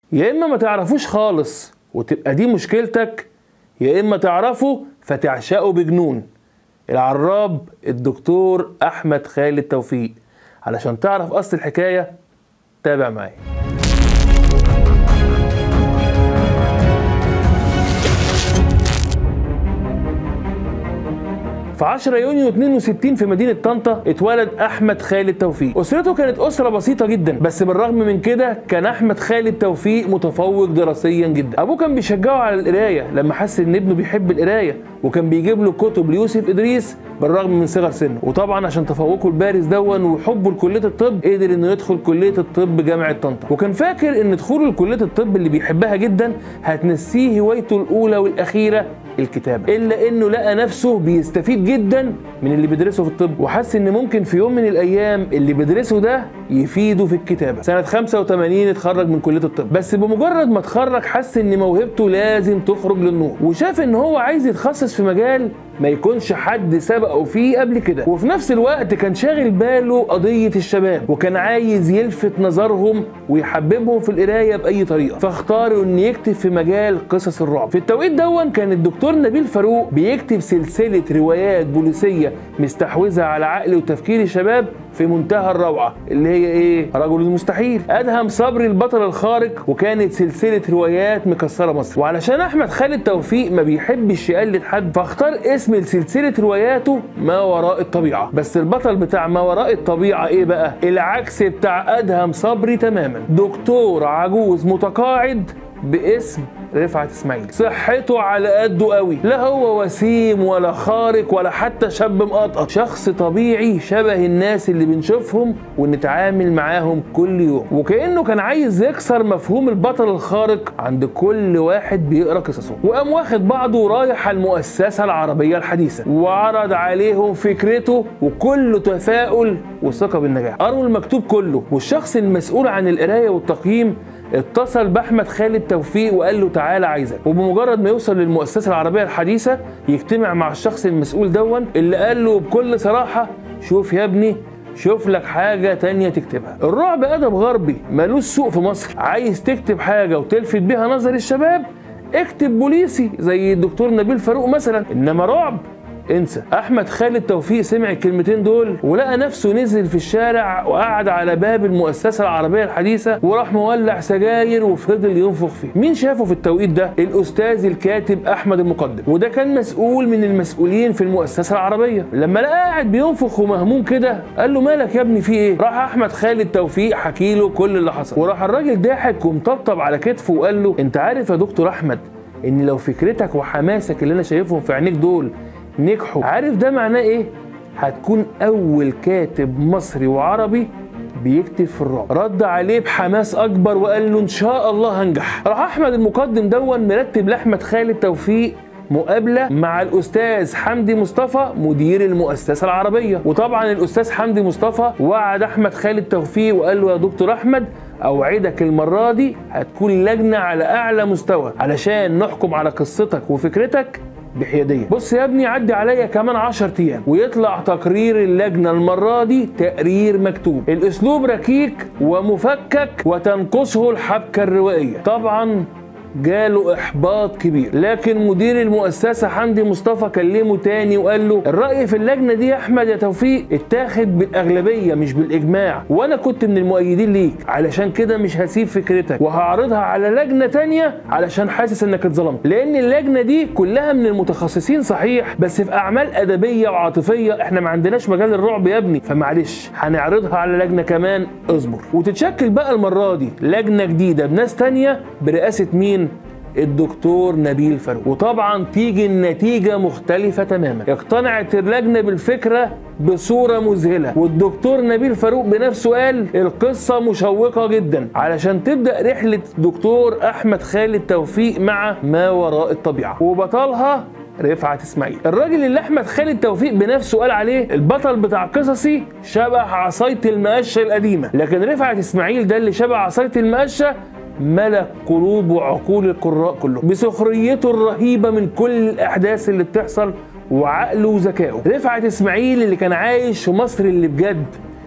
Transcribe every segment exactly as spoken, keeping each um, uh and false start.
يا اما ما تعرفوش خالص وتبقى دي مشكلتك، يا اما تعرفه فتعشقه بجنون. العراب الدكتور احمد خالد توفيق. علشان تعرف اصل الحكايه تابع معايا. في عشرة يونيو اتنين وستين في مدينة طنطا اتولد أحمد خالد توفيق. أسرته كانت أسرة بسيطة جدا، بس بالرغم من كده كان أحمد خالد توفيق متفوق دراسيا جدا. أبوه كان بيشجعه على القراية لما حس إن ابنه بيحب القراية، وكان بيجيب له كتب ليوسف إدريس بالرغم من صغر سنه. وطبعا عشان تفوقه البارز دون وحبه لكلية الطب قدر إنه يدخل كلية الطب جامعة طنطا، وكان فاكر إن دخوله لكلية الطب اللي بيحبها جدا هتنسيه هوايته الأولى والأخيرة الكتابة. إلا إنه لقى نفسه بيستفيد جدا من اللي بيدرسه في الطب، وحس إن ممكن في يوم من الأيام اللي بيدرسه ده يفيده في الكتابة. سنة خمسة وتمانين اتخرج من كلية الطب، بس بمجرد ما اتخرج حس إن موهبته لازم تخرج للنور، وشاف إن هو عايز يتخصص في مجال ما يكونش حد سبقه فيه قبل كده. وفي نفس الوقت كان شاغل باله قضية الشباب، وكان عايز يلفت نظرهم ويحببهم في القراية بأي طريقة، فاختار إنه يكتب في مجال قصص الرعب. في التوقيت دون كان الدكتور نبيل فاروق بيكتب سلسلة روايات بوليسية مستحوذة على عقل وتفكير الشباب في منتهى الروعة، اللي هي ايه؟ رجل المستحيل. ادهم صبري البطل الخارق، وكانت سلسلة روايات مكسرة مصر. وعلشان احمد خالد توفيق ما بيحبش يقلد حد، فاختار اسم لسلسلة رواياته ما وراء الطبيعة. بس البطل بتاع ما وراء الطبيعة ايه بقى؟ العكس بتاع ادهم صبري تماما، دكتور عجوز متقاعد باسم رفعت اسماعيل. صحته على قده قوي، لا هو وسيم ولا خارق ولا حتى شاب مقطقط، شخص طبيعي شبه الناس اللي بنشوفهم ونتعامل معاهم كل يوم. وكأنه كان عايز يكسر مفهوم البطل الخارق عند كل واحد بيقرا قصصه، وقام واخد بعضه ورايح على المؤسسة العربية الحديثة وعرض عليهم فكرته وكله تفاؤل وثقة بالنجاح. قروا المكتوب كله، والشخص المسؤول عن القراية والتقييم اتصل باحمد خالد توفيق وقال له تعالى عايزك. وبمجرد ما يوصل للمؤسسه العربيه الحديثه يجتمع مع الشخص المسؤول دون اللي قال له بكل صراحه شوف يا ابني، شوف لك حاجه تانية تكتبها. الرعب ادب غربي مالوش سوق في مصر، عايز تكتب حاجه وتلفت بيها نظر الشباب اكتب بوليسي زي الدكتور نبيل فاروق مثلا، انما رعب انسى. احمد خالد توفيق سمع الكلمتين دول ولقى نفسه نزل في الشارع وقعد على باب المؤسسه العربيه الحديثه وراح مولع سجاير وفضل ينفخ فيه. مين شافه في التوقيت ده؟ الاستاذ الكاتب احمد المقدم، وده كان مسؤول من المسؤولين في المؤسسه العربيه. لما لقى قاعد بينفخ ومهموم كده قال له مالك يا ابني في ايه؟ راح احمد خالد توفيق حكي له كل اللي حصل، وراح الراجل ضاحك ومطبطب على كتفه وقال له انت عارف يا دكتور احمد ان لو فكرتك وحماسك اللي انا شايفهم في عينيك دول نجحوا، عارف ده معناه ايه؟ هتكون اول كاتب مصري وعربي بيكتب في الرعب. رد عليه بحماس اكبر وقال له ان شاء الله هنجح. راح احمد المقدم دون مرتب لاحمد خالد توفيق مقابله مع الاستاذ حمدي مصطفى مدير المؤسسه العربيه. وطبعا الاستاذ حمدي مصطفى وعد احمد خالد توفيق وقال له يا دكتور احمد اوعدك المره دي هتكون لجنه على اعلى مستوى علشان نحكم على قصتك وفكرتك بحياديه. بص يا ابني عدي عليا كمان عشر ايام ويطلع تقرير اللجنه المره دي تقرير مكتوب، الاسلوب ركيك ومفكك وتنقصه الحبكه الروائيه. طبعا جاله احباط كبير، لكن مدير المؤسسه حمدي مصطفى كلمه تاني وقال له الراي في اللجنه دي يا احمد يا توفيق اتاخد بالاغلبيه مش بالاجماع، وانا كنت من المؤيدين ليك، علشان كده مش هسيب فكرتك وهعرضها على لجنه تانيه علشان حاسس انك اتظلمت، لان اللجنه دي كلها من المتخصصين صحيح بس في اعمال ادبيه وعاطفيه، احنا ما عندناش مجال الرعب يا ابني، فمعلش هنعرضها على لجنه كمان اصبر. وتتشكل بقى المره دي لجنه جديده بناس تانيه برئاسه مين؟ الدكتور نبيل فاروق. وطبعا تيجي النتيجة مختلفة تماما، اقتنعت اللجنة بالفكرة بصورة مذهلة، والدكتور نبيل فاروق بنفسه قال القصة مشوقة جدا علشان تبدأ رحلة دكتور أحمد خالد توفيق مع ما وراء الطبيعة، وبطلها رفعت اسماعيل. الراجل اللي احمد خالد توفيق بنفسه قال عليه البطل بتاع قصصي شبه عصاية المقشة القديمة، لكن رفعت اسماعيل ده اللي شبه عصاية المقشة ملك قلوب وعقول القراء كلهم بسخريته الرهيبة من كل الأحداث اللي بتحصل وعقله وذكائه. رفعت اسماعيل اللي كان عايش في مصر اللي بجد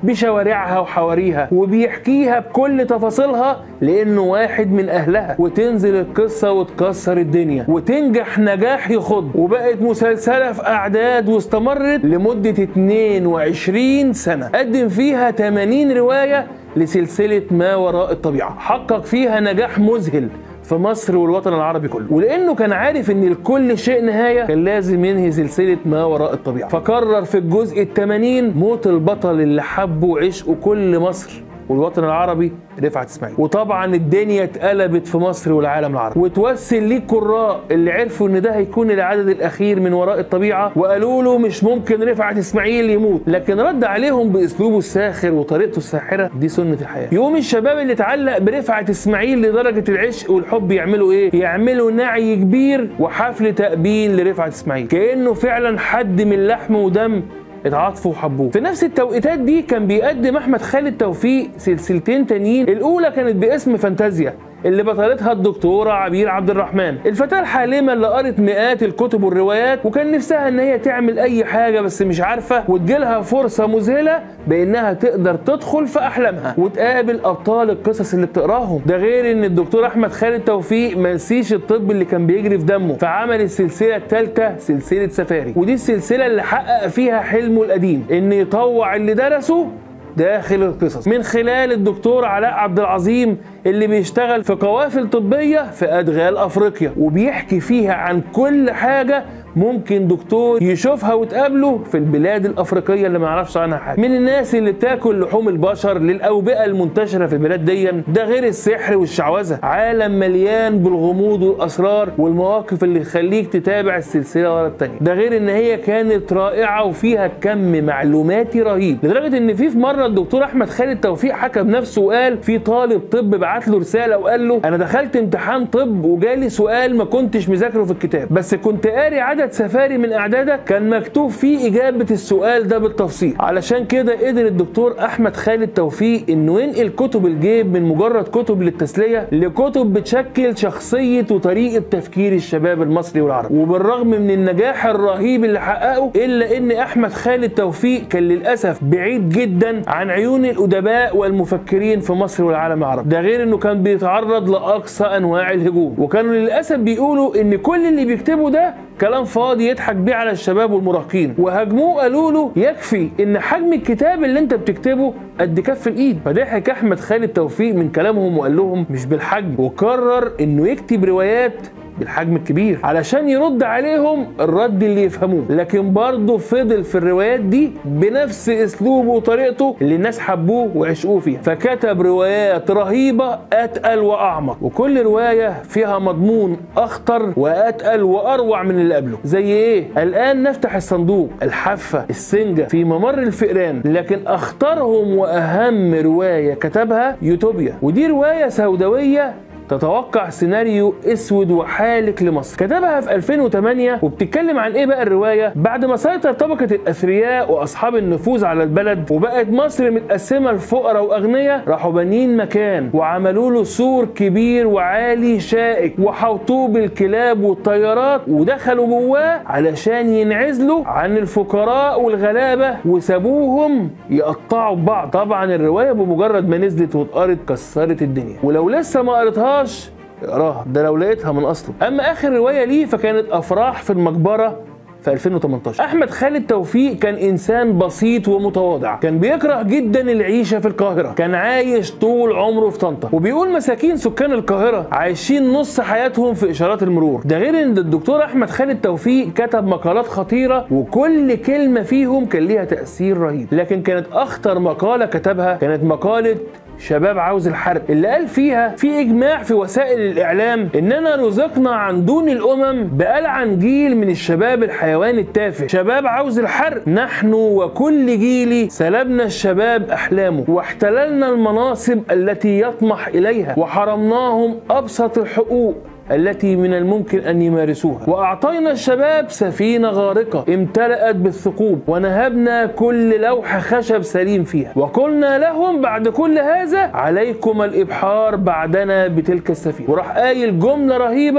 بشوارعها وحواريها وبيحكيها بكل تفاصيلها لانه واحد من اهلها، وتنزل القصه وتكسر الدنيا وتنجح نجاح يخض، وبقت مسلسله في اعداد واستمرت لمده اتنين وعشرين سنه، قدم فيها تمانين روايه لسلسله ما وراء الطبيعه، حقق فيها نجاح مذهل في مصر والوطن العربي كله. ولانه كان عارف ان لكل شيء نهايه كان لازم ينهي سلسله ما وراء الطبيعه، فقرر في الجزء الثمانين موت البطل اللي حبه وعشقه كل مصر والوطن العربي، رفعت اسماعيل. وطبعا الدنيا اتقلبت في مصر والعالم العربي، وتوسل ليه القراء اللي عرفوا ان ده هيكون العدد الاخير من وراء الطبيعه، وقالوا له مش ممكن رفعت اسماعيل يموت، لكن رد عليهم باسلوبه الساخر وطريقته الساحره، دي سنه الحياه. يوم الشباب اللي اتعلق برفعت اسماعيل لدرجه العشق والحب يعملوا ايه؟ يعملوا نعي كبير وحفل تأبين لرفعت اسماعيل، كانه فعلا حد من لحم ودم اتعاطفوا وحبوه. في نفس التوقيتات دي كان بيقدم احمد خالد توفيق سلسلتين تانيين، الاولى كانت باسم فانتازيا اللي بطلتها الدكتوره عبير عبد الرحمن، الفتاه الحالمه اللي قرت مئات الكتب والروايات وكان نفسها ان هي تعمل اي حاجه بس مش عارفه، وتجيلها فرصه مذهله بانها تقدر تدخل في احلامها وتقابل ابطال القصص اللي بتقراهم. ده غير ان الدكتور احمد خالد توفيق ما نسيش الطب اللي كان بيجري في دمه، فعمل السلسله الثالثه سلسله سفاري، ودي السلسله اللي حقق فيها حلمه القديم ان يطوع اللي درسه داخل القصص من خلال الدكتور علاء عبد العظيم اللي بيشتغل في قوافل طبية في أدغال أفريقيا، وبيحكي فيها عن كل حاجة ممكن دكتور يشوفها وتقابله في البلاد الأفريقية اللي ما يعرفش عنها حاجة، من الناس اللي بتاكل لحوم البشر للأوبئة المنتشرة في البلاد دي. ده غير السحر والشعوذة، عالم مليان بالغموض والأسرار والمواقف اللي يخليك تتابع السلسلة ورا التانية. ده غير إن هي كانت رائعة وفيها كم معلوماتي رهيب، لدرجة إن في في مرة الدكتور أحمد خالد توفيق حكى بنفسه وقال في طالب طب بعت له رسالة وقال له أنا دخلت امتحان طب وجالي سؤال ما كنتش مذاكره في الكتاب، بس كنت قاري عدد سفاري من اعدادك كان مكتوب فيه اجابه السؤال ده بالتفصيل. علشان كده قدر الدكتور احمد خالد توفيق انه ينقل كتب الجيب من مجرد كتب للتسليه لكتب بتشكل شخصيه وطريقه تفكير الشباب المصري والعربي. وبالرغم من النجاح الرهيب اللي حققه الا ان احمد خالد توفيق كان للاسف بعيد جدا عن عيون الادباء والمفكرين في مصر والعالم العربي. ده غير انه كان بيتعرض لاقصى انواع الهجوم، وكانوا للاسف بيقولوا ان كل اللي بيكتبه ده كلام فاضي يضحك بيه على الشباب والمراهقين، وهاجموه قالوا له يكفي ان حجم الكتاب اللي انت بتكتبه قد كف الايد. فضحك احمد خالد توفيق من كلامهم وقال لهم مش بالحجم، وقرر انه يكتب روايات بالحجم الكبير علشان يرد عليهم الرد اللي يفهموه، لكن برضه فضل في الروايات دي بنفس اسلوبه وطريقته اللي الناس حبوه وعشقوه فيها. فكتب روايات رهيبه اتقل واعمق، وكل روايه فيها مضمون اخطر واتقل واروع من اللي قبله. زي ايه؟ الان نفتح الصندوق، الحافه، السنجه، في ممر الفئران. لكن اخطرهم واهم روايه كتبها يوتوبيا، ودي روايه سوداويه تتوقع سيناريو اسود وحالك لمصر، كتبها في ألفين وثمانية. وبتتكلم عن ايه بقى الروايه؟ بعد ما سيطر طبقه الاثرياء واصحاب النفوذ على البلد وبقت مصر متقسمه لفقراء واغنياء، راحوا بانيين مكان وعملوا له سور كبير وعالي شائك وحوطوه بالكلاب والطيارات ودخلوا جواه علشان ينعزلوا عن الفقراء والغلابه وسابوهم يقطعوا ببعض. طبعا الروايه بمجرد ما نزلت واتقرت كسرت الدنيا، ولو لسه ما قريتهاش اقراها، ده لو لقيتها من اصله. اما اخر روايه ليه فكانت افراح في المقبره في ألفين وتمنتاشر. احمد خالد توفيق كان انسان بسيط ومتواضع، كان بيكره جدا العيشه في القاهره، كان عايش طول عمره في طنطا، وبيقول مساكين سكان القاهره عايشين نص حياتهم في اشارات المرور. ده غير ان الدكتور احمد خالد توفيق كتب مقالات خطيره وكل كلمه فيهم كان ليها تاثير رهيب، لكن كانت اخطر مقاله كتبها كانت مقاله شباب عاوز الحرق، اللي قال فيها في اجماع في وسائل الاعلام اننا رزقنا عن دون الامم بألعن جيل من الشباب الحيوان التافه، شباب عاوز الحرق، نحن وكل جيلي سلبنا الشباب احلامه واحتللنا المناصب التي يطمح اليها وحرمناهم ابسط الحقوق التي من الممكن أن يمارسوها، وأعطينا الشباب سفينة غارقة امتلأت بالثقوب ونهبنا كل لوح خشب سليم فيها، وقلنا لهم بعد كل هذا عليكم الإبحار بعدنا بتلك السفينة. وراح قايل جملة رهيبة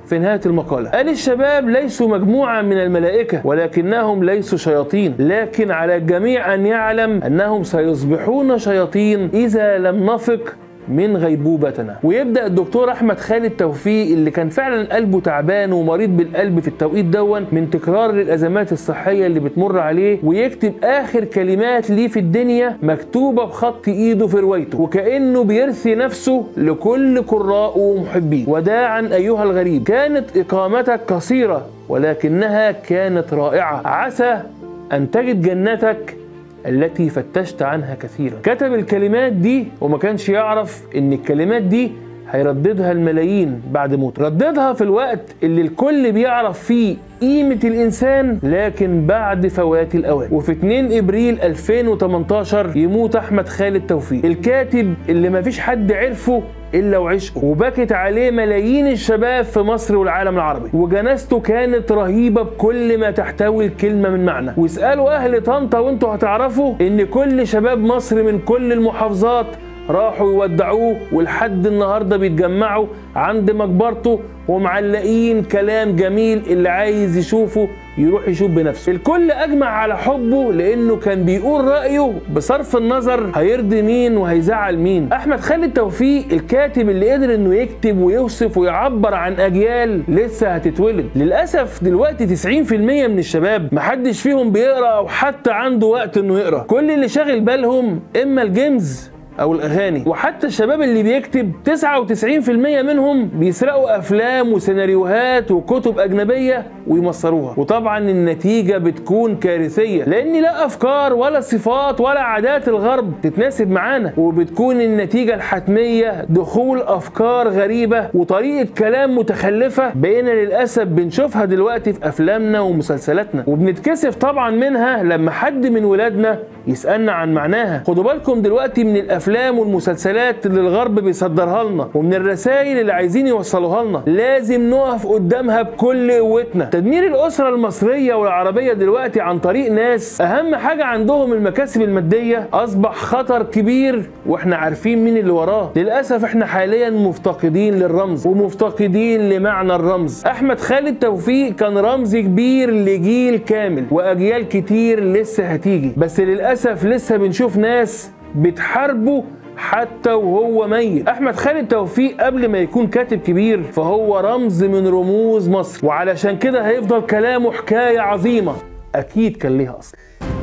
في نهاية المقالة. قال الشباب ليسوا مجموعة من الملائكة ولكنهم ليسوا شياطين، لكن على الجميع أن يعلم أنهم سيصبحون شياطين إذا لم نفق من غيبوبتنا. ويبدأ الدكتور أحمد خالد توفيق اللي كان فعلا قلبه تعبان ومريض بالقلب في التوقيت دون من تكرار الأزمات الصحية اللي بتمر عليه، ويكتب آخر كلمات ليه في الدنيا مكتوبة بخط إيده في روايته، وكأنه بيرثي نفسه لكل قراءه ومحبيه. وداعا أيها الغريب، كانت إقامتك قصيرة ولكنها كانت رائعة، عسى أن تجد جنتك التي فتشت عنها كثيرا. كتب الكلمات دي وما كانش يعرف ان الكلمات دي هيرددها الملايين بعد موته. رددها في الوقت اللي الكل بيعرف فيه قيمة الإنسان لكن بعد فوات الأوان. وفي اتنين إبريل ألفين وتمنتاشر يموت أحمد خالد توفيق، الكاتب اللي مفيش حد عرفه إلا وعشقه، وبكت عليه ملايين الشباب في مصر والعالم العربي، وجنازته كانت رهيبة بكل ما تحتوي الكلمة من معنى. واسألوا أهل طنطا وانتوا هتعرفوا إن كل شباب مصر من كل المحافظات راحوا يودعوه، ولحد النهارده بيتجمعوا عند مقبرته ومعلقين كلام جميل، اللي عايز يشوفه يروح يشوف بنفسه. الكل اجمع على حبه لانه كان بيقول رايه بصرف النظر هيرضي مين وهيزعل مين. احمد خالد توفيق الكاتب اللي قدر انه يكتب ويوصف ويعبر عن اجيال لسه هتتولد. للاسف دلوقتي تسعين في المية من الشباب محدش فيهم بيقرا او حتى عنده وقت انه يقرا، كل اللي شاغل بالهم اما الجيمز او الاغاني. وحتى الشباب اللي بيكتب تسعة وتسعين في المية منهم بيسرقوا افلام وسيناريوهات وكتب اجنبيه ويمصروها، وطبعا النتيجه بتكون كارثيه لان لا افكار ولا صفات ولا عادات الغرب تتناسب معانا، وبتكون النتيجه الحتميه دخول افكار غريبه وطريقه كلام متخلفه بقينا للاسف بنشوفها دلوقتي في افلامنا ومسلسلاتنا، وبنتكسف طبعا منها لما حد من ولادنا يسالنا عن معناها. خدوا بالكم دلوقتي من الافلام الافلام والمسلسلات اللي الغرب بيصدرها لنا ومن الرسائل اللي عايزين يوصلوها لنا، لازم نقف قدامها بكل قوتنا. تدمير الاسره المصريه والعربيه دلوقتي عن طريق ناس اهم حاجه عندهم المكاسب الماديه اصبح خطر كبير، واحنا عارفين مين اللي وراه. للاسف احنا حاليا مفتقدين للرمز ومفتقدين لمعنى الرمز. احمد خالد توفيق كان رمز كبير لجيل كامل واجيال كتير لسه هتيجي، بس للاسف لسه بنشوف ناس بتحاربه حتى وهو ميت. احمد خالد توفيق قبل ما يكون كاتب كبير فهو رمز من رموز مصر، وعلشان كده هيفضل كلامه حكاية عظيمة اكيد كان ليها اصل.